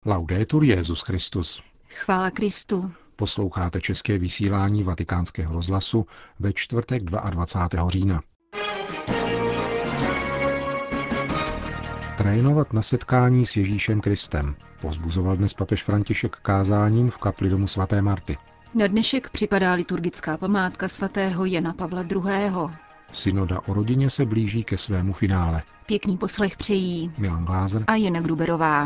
Laudetur Jesus Christus. Chvála Kristu. Posloucháte české vysílání Vatikánského rozhlasu ve čtvrtek 22. října. Trénovat na setkání s Ježíšem Kristem povzbuzoval dnes papež František kázáním v kapli domu svaté Marty. Na dnešek připadá liturgická památka svatého Jana Pavla II. Synoda o rodině se blíží ke svému finále. Pěkný poslech přejí Milan Glázer a Jana Gruberová.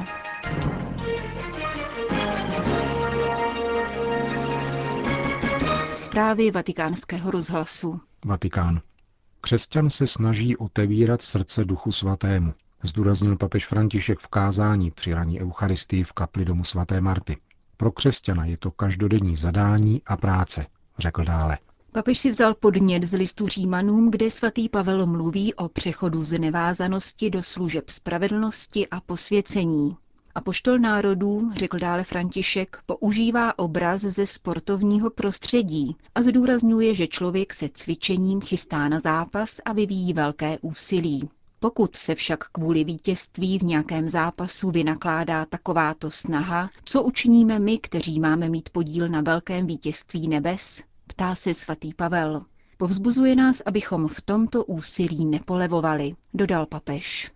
Zprávy Vatikánského rozhlasu. Vatikán. Křesťan se snaží otevírat srdce Duchu Svatému, zdůraznil papež František v kázání při ranní eucharistii v kapli domu svaté Marty. Pro křesťana je to každodenní zadání a práce, řekl dále. Papež si vzal podnět z listu Římanům, kde svatý Pavel mluví o přechodu z nevázanosti do služeb spravedlnosti a posvěcení. Apoštol národů, řekl dále František, používá obraz ze sportovního prostředí a zdůrazňuje, že člověk se cvičením chystá na zápas a vyvíjí velké úsilí. Pokud se však kvůli vítězství v nějakém zápasu vynakládá takováto snaha, co učiníme my, kteří máme mít podíl na velkém vítězství nebes? Ptá se svatý Pavel. Povzbuzuje nás, abychom v tomto úsilí nepolevovali, dodal papež.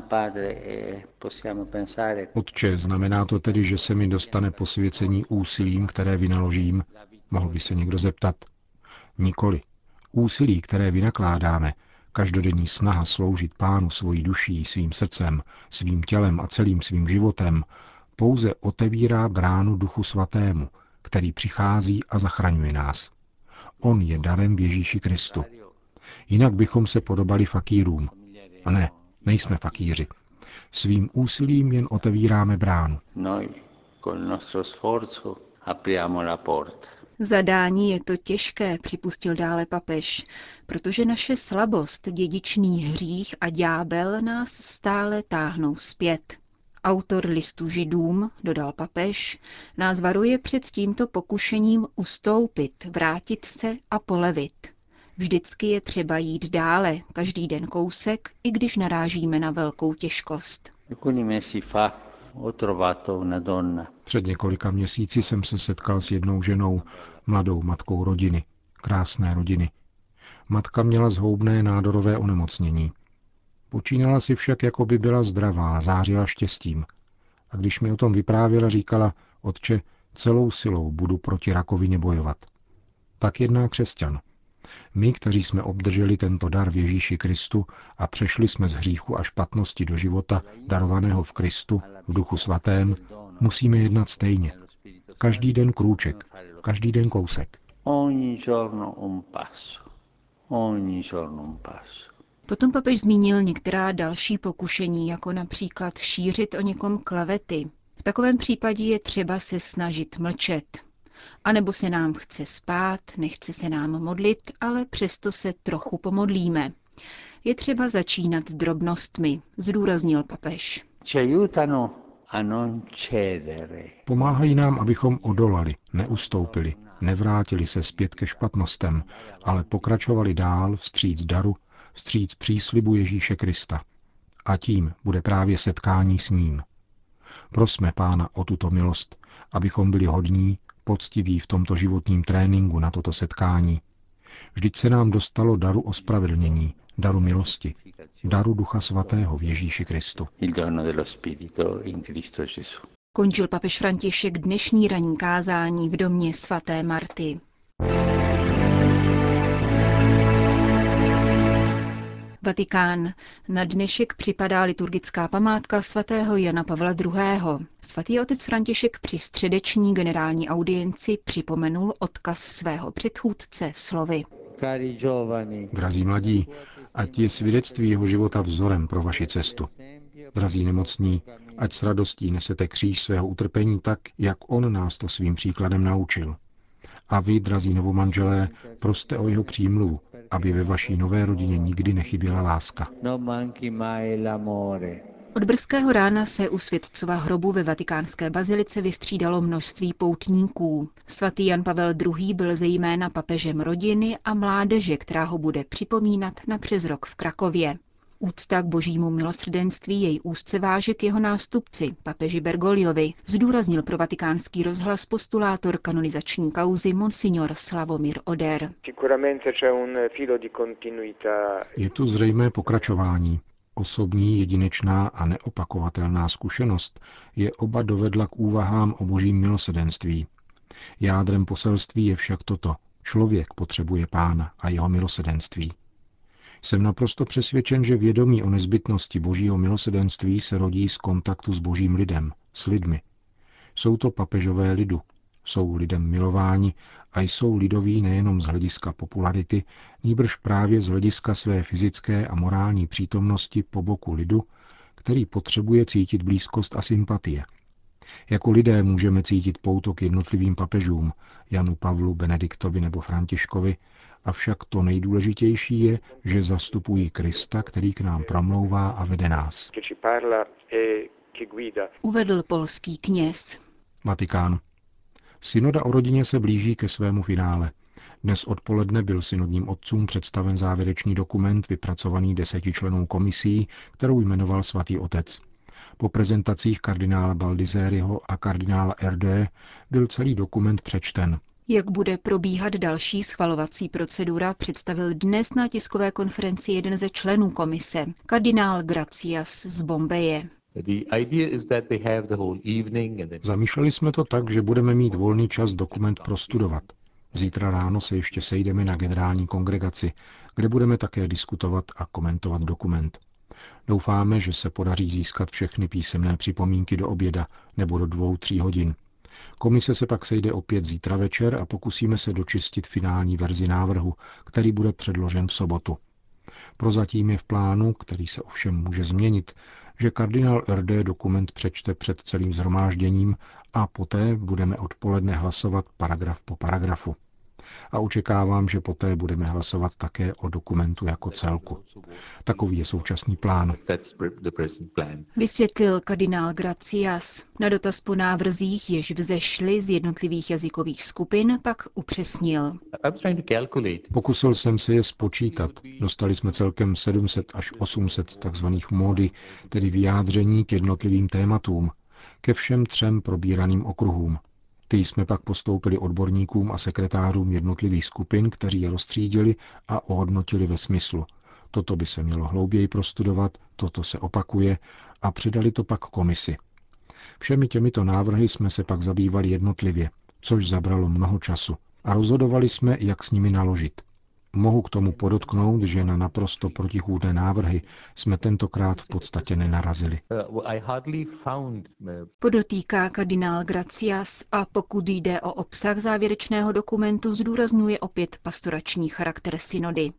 Otče, znamená to tedy, že se mi dostane posvěcení úsilím, které vynaložím? Mohl by se někdo zeptat. Nikoli. Úsilí, které vynakládáme, každodenní snaha sloužit Pánu svojí duší, svým srdcem, svým tělem a celým svým životem, pouze otevírá bránu Duchu Svatému, který přichází a zachraňuje nás. On je darem v Ježíši Kristu. Jinak bychom se podobali fakírům. A ne, nejsme fakíři. Svým úsilím jen otevíráme bránu. Zadání je to těžké, připustil dále papež, protože naše slabost, dědičný hřích a ďábel nás stále táhnou zpět. Autor listu Židům, dodal papež, nás varuje před tímto pokušením ustoupit, vrátit se a polevit. Vždycky je třeba jít dále, každý den kousek, i když narážíme na velkou těžkost. Před několika měsíci jsem se setkal s jednou ženou, mladou matkou rodiny, krásné rodiny. Matka měla zhoubné nádorové onemocnění. Počínala si však, jako by byla zdravá, zářila štěstím. A když mi o tom vyprávěla, říkala, otče, celou silou budu proti rakovině bojovat. Tak jedná křesťan. My, kteří jsme obdrželi tento dar v Ježíši Kristu a přešli jsme z hříchu a špatnosti do života, darovaného v Kristu, v Duchu Svatém, musíme jednat stejně. Každý den krůček, každý den kousek. Potom papež zmínil některá další pokušení, jako například šířit o někom klevety. V takovém případě je třeba se snažit mlčet. A nebo se nám chce spát, nechce se nám modlit, ale přesto se trochu pomodlíme. Je třeba začínat drobnostmi, zdůraznil papež. Pomáhají nám, abychom odolali, neustoupili, nevrátili se zpět ke špatnostem, ale pokračovali dál vstříc daru, vstříc příslibu Ježíše Krista. A tím bude právě setkání s ním. Prosme Pána o tuto milost, abychom byli hodní, poctiví v tomto životním tréninku na toto setkání. Vždyť se nám dostalo daru ospravedlnění, daru milosti, daru Ducha Svatého v Ježíši Kristu. Končil papež František dnešní ranní kázání v domě svaté Marty. Vatikán. Na dnešek připadá liturgická památka svatého Jana Pavla II. Svatý otec František při středeční generální audienci připomenul odkaz svého předchůdce slovy. Drazí mladí, ať je svědectví jeho života vzorem pro vaši cestu. Drazí nemocní, ať s radostí nesete kříž svého utrpení tak, jak on nás to svým příkladem naučil. A vy, drazí novomanželé, proste o jeho přímluvu, aby ve vaší nové rodině nikdy nechyběla láska. Od brzkého rána se u světcova hrobu ve vatikánské bazilice vystřídalo množství poutníků. Svatý Jan Pavel II. Byl zejména papežem rodiny a mládeže, která ho bude připomínat na přes rok v Krakově. Úcta k božímu milosrdenství jej úzce váže k jeho nástupci, papeži Bergogliovi, zdůraznil pro Vatikánský rozhlas postulátor kanonizační kauzy monsignor Slavomir Oder. Je tu zřejmé pokračování. Osobní, jedinečná a neopakovatelná zkušenost je oba dovedla k úvahám o božím milosrdenství. Jádrem poselství je však toto. Člověk potřebuje Pána a jeho milosrdenství. Jsem naprosto přesvědčen, že vědomí o nezbytnosti božího milosrdenství se rodí z kontaktu s božím lidem, s lidmi. Jsou to papežové lidu, jsou lidem milováni a jsou lidoví nejenom z hlediska popularity, nýbrž právě z hlediska své fyzické a morální přítomnosti po boku lidu, který potřebuje cítit blízkost a sympatie. Jako lidé můžeme cítit pouto k jednotlivým papežům, Janu Pavlu, Benediktovi nebo Františkovi, avšak to nejdůležitější je, že zastupují Krista, který k nám promlouvá a vede nás. Uvedl polský kněz. Vatikán. Synoda o rodině se blíží ke svému finále. Dnes odpoledne byl synodním otcům představen závěrečný dokument vypracovaný 10člennou komisí, kterou jmenoval svatý otec. Po prezentacích kardinála Baldisseriho a kardinála Erdőe byl celý dokument přečten. Jak bude probíhat další schvalovací procedura, představil dnes na tiskové konferenci jeden ze členů komise, kardinál Gracias z Bombeje. Zamýšleli jsme to tak, že budeme mít volný čas dokument prostudovat. Zítra ráno se ještě sejdeme na generální kongregaci, kde budeme také diskutovat a komentovat dokument. Doufáme, že se podaří získat všechny písemné připomínky do oběda nebo do 2-3 hodin. Komise se pak sejde opět zítra večer a pokusíme se dočistit finální verzi návrhu, který bude předložen v sobotu. Prozatím je v plánu, který se ovšem může změnit, že kardinál Erdőe dokument přečte před celým shromážděním a poté budeme odpoledne hlasovat paragraf po paragrafu. A očekávám, že poté budeme hlasovat také o dokumentu jako celku. Takový je současný plán. Vysvětlil kardinál Gracias. Na dotaz po návrzích, jež vzešly z jednotlivých jazykových skupin, pak upřesnil. Pokusil jsem se je spočítat. Dostali jsme celkem 700 až 800 takzvaných módy, tedy vyjádření k jednotlivým tématům, ke všem 3 probíraným okruhům. Ty jsme pak postoupili odborníkům a sekretářům jednotlivých skupin, kteří je rozstřídili a ohodnotili ve smyslu. Toto by se mělo hlouběji prostudovat, toto se opakuje a předali to pak komisi. Všemi těmito návrhy jsme se pak zabývali jednotlivě, což zabralo mnoho času. A rozhodovali jsme, jak s nimi naložit. Mohu k tomu podotknout, že na naprosto protichůdné návrhy jsme tentokrát v podstatě nenarazili. Podotýká kardinál Gracias a pokud jde o obsah závěrečného dokumentu, zdůrazňuje opět pastorační charakter synody.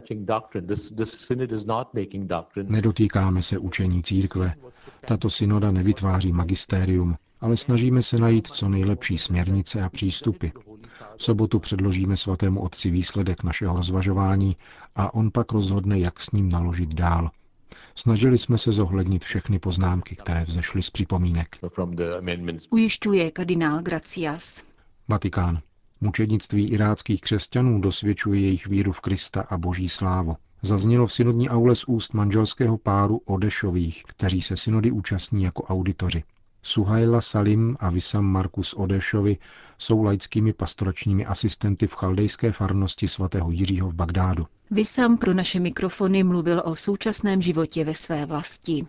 Nedotýkáme se učení církve. Tato synoda nevytváří magistérium, ale snažíme se najít co nejlepší směrnice a přístupy. V sobotu předložíme svatému otci výsledek našeho rozvažování a on pak rozhodne, jak s ním naložit dál. Snažili jsme se zohlednit všechny poznámky, které vzešly z připomínek. Ujišťuje kardinál Gracias. Vatikán. Mučednictví iráckých křesťanů dosvědčuje jejich víru v Krista a boží slávu. Zaznělo v synodní aule z úst manželského páru Odešových, kteří se synody účastní jako auditoři. Suhaila Salim a Wissam Markus Odešovi jsou laickými pastoračními asistenty v chaldejské farnosti svatého Jiřího v Bagdádu. Wissam pro naše mikrofony mluvil o současném životě ve své vlasti.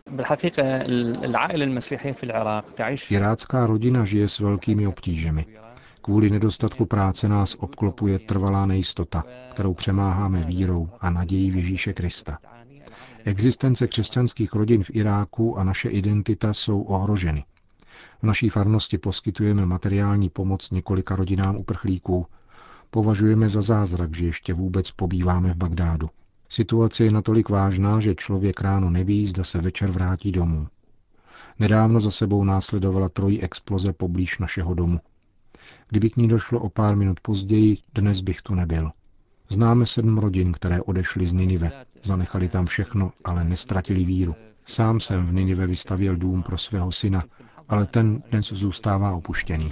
Irácká rodina žije s velkými obtížemi. Kvůli nedostatku práce nás obklopuje trvalá nejistota, kterou přemáháme vírou a nadějí v Ježíše Krista. Existence křesťanských rodin v Iráku a naše identita jsou ohroženy. V naší farnosti poskytujeme materiální pomoc několika rodinám uprchlíků. Považujeme za zázrak, že ještě vůbec pobýváme v Bagdádu. Situace je natolik vážná, že člověk ráno neví, zda se večer vrátí domů. Nedávno za sebou následovala 3 exploze poblíž našeho domu. Kdyby k ní došlo o pár minut později, dnes bych tu nebyl. Známe 7 rodin, které odešly z Ninive. Zanechali tam všechno, ale nestratili víru. Sám jsem v Ninive vystavěl dům pro svého syna ale ten dnes zůstává opuštěný.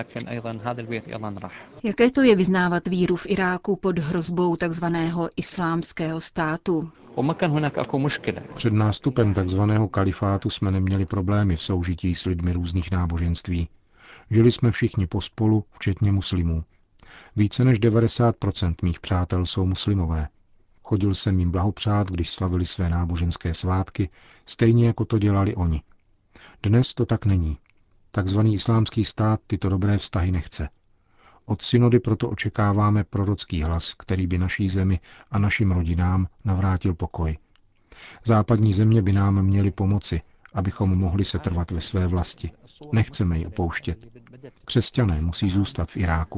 Jaké to je vyznávat víru v Iráku pod hrozbou takzvaného islámského státu? Před nástupem takzvaného kalifátu jsme neměli problémy v soužití s lidmi různých náboženství. Žili jsme všichni pospolu, včetně muslimů. Více než 90% mých přátel jsou muslimové. Chodil jsem jim blahopřát, když slavili své náboženské svátky, stejně jako to dělali oni. Dnes to tak není. Takzvaný islámský stát tyto dobré vztahy nechce. Od synody proto očekáváme prorocký hlas, který by naší zemi a našim rodinám navrátil pokoj. Západní země by nám měly pomoci, abychom mohli setrvat ve své vlasti. Nechceme ji opouštět. Křesťané musí zůstat v Iráku.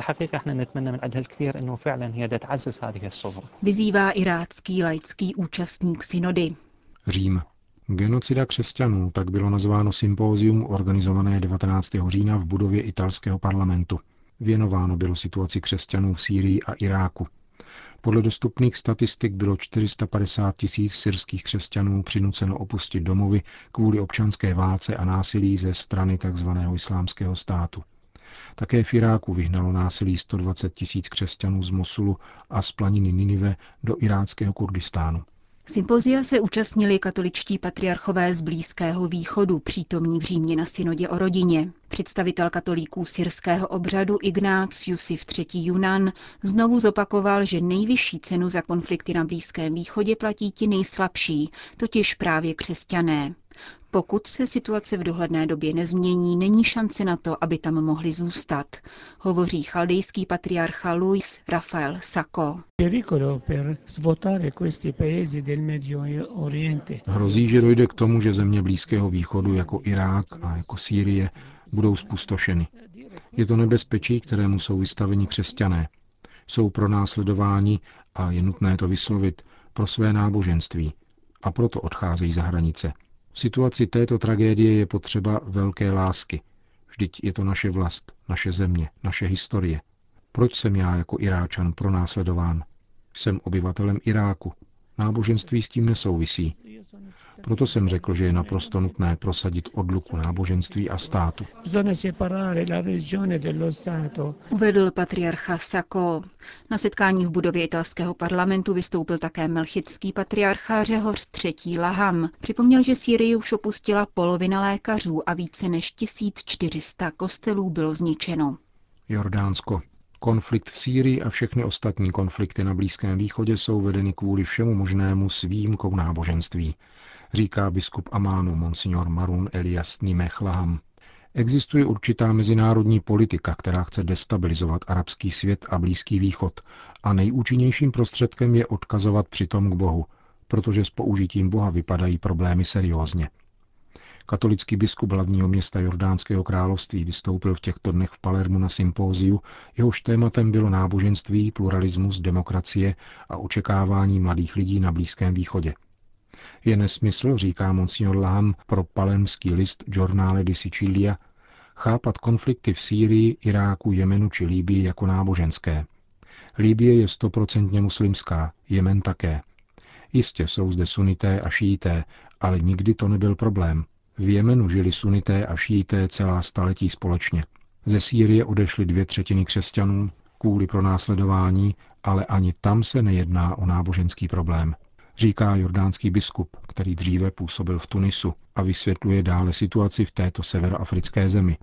Vyzývá irácký laický účastník synody. Řím. Genocida křesťanů, tak bylo nazváno sympózium organizované 19. října v budově italského parlamentu. Věnováno bylo situaci křesťanů v Sýrii a Iráku. Podle dostupných statistik bylo 450 000 syrských křesťanů přinuceno opustit domovy kvůli občanské válce a násilí ze strany tzv. Islámského státu. Také v Iráku vyhnalo násilí 120 000 křesťanů z Mosulu a z planiny Ninive do iráckého Kurdistánu. Sympozia se účastnili katoličtí patriarchové z Blízkého východu, přítomní v Římě na synodě o rodině. Představitel katolíků syrského obřadu Ignác Jusif III. Junan znovu zopakoval, že nejvyšší cenu za konflikty na Blízkém východě platí ti nejslabší, totiž právě křesťané. Pokud se situace v dohledné době nezmění, není šance na to, aby tam mohli zůstat, hovoří chaldejský patriarcha Luis Rafael Sacco. Hrozí, že dojde k tomu, že země Blízkého východu jako Irák a jako Sýrie budou zpustošeny. Je to nebezpečí, kterému jsou vystaveni křesťané. Jsou pronásledováni, a je nutné to vyslovit, pro své náboženství a proto odcházejí za hranice. V situaci této tragédie je potřeba velké lásky. Vždyť je to naše vlast, naše země, naše historie. Proč jsem já jako Iráčan pronásledován? Jsem obyvatelem Iráku. Náboženství s tím nesouvisí. Proto jsem řekl, že je naprosto nutné prosadit odluku náboženství a státu. Uvedl patriarcha Sacco. Na setkání v budově italského parlamentu vystoupil také melchitský patriarcha Řehoř III. Laham. Připomněl, že Sýrii už opustila polovina lékařů a více než 1400 kostelů bylo zničeno. Jordánsko. Konflikt v Sýrii a všechny ostatní konflikty na Blízkém východě jsou vedeny kvůli všemu možnému s výjimkou náboženství, říká biskup Amánu monsignor Marun Elias Nimech Laham. Existuje určitá mezinárodní politika, která chce destabilizovat arabský svět a Blízký východ a nejúčinnějším prostředkem je odkazovat přitom k Bohu, protože s použitím Boha vypadají problémy seriózně. Katolický biskup hlavního města Jordánského království vystoupil v těchto dnech v Palermu na sympóziu, jehož tématem bylo náboženství, pluralismus, demokracie a očekávání mladých lidí na Blízkém východě. Je nesmysl, říká monsignor Laham pro palermský list Giornale di Sicilia, chápat konflikty v Sýrii, Iráku, Jemenu či Libyi jako náboženské. Libye je 100% muslimská, Jemen také. Jistě jsou zde sunité a šíité, ale nikdy to nebyl problém. V Jemenu žili sunité a šíité celá staletí společně. Ze Sýrie odešly 2/3 křesťanů kvůli pronásledování, ale ani tam se nejedná o náboženský problém, říká jordánský biskup, který dříve působil v Tunisu a vysvětluje dále situaci v této severoafrické zemi.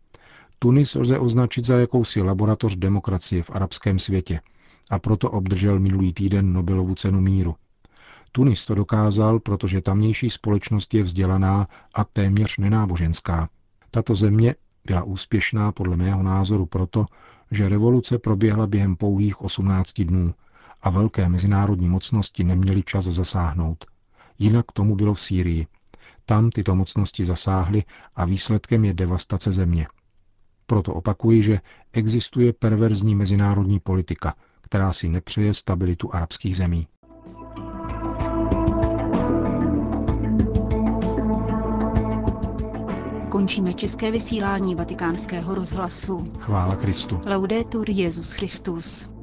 Tunis lze označit za jakousi laboratoř demokracie v arabském světě a proto obdržel minulý týden Nobelovu cenu míru. Tunis to dokázal, protože tamnější společnost je vzdělaná a téměř nenáboženská. Tato země byla úspěšná podle mého názoru proto, že revoluce proběhla během pouhých 18 dnů a velké mezinárodní mocnosti neměly čas zasáhnout. Jinak tomu bylo v Sýrii. Tam tyto mocnosti zasáhly a výsledkem je devastace země. Proto opakuji, že existuje perverzní mezinárodní politika, která si nepřeje stabilitu arabských zemí. Končíme české vysílání Vatikánského rozhlasu. Chvála Kristu. Laudetur Jesus Christus.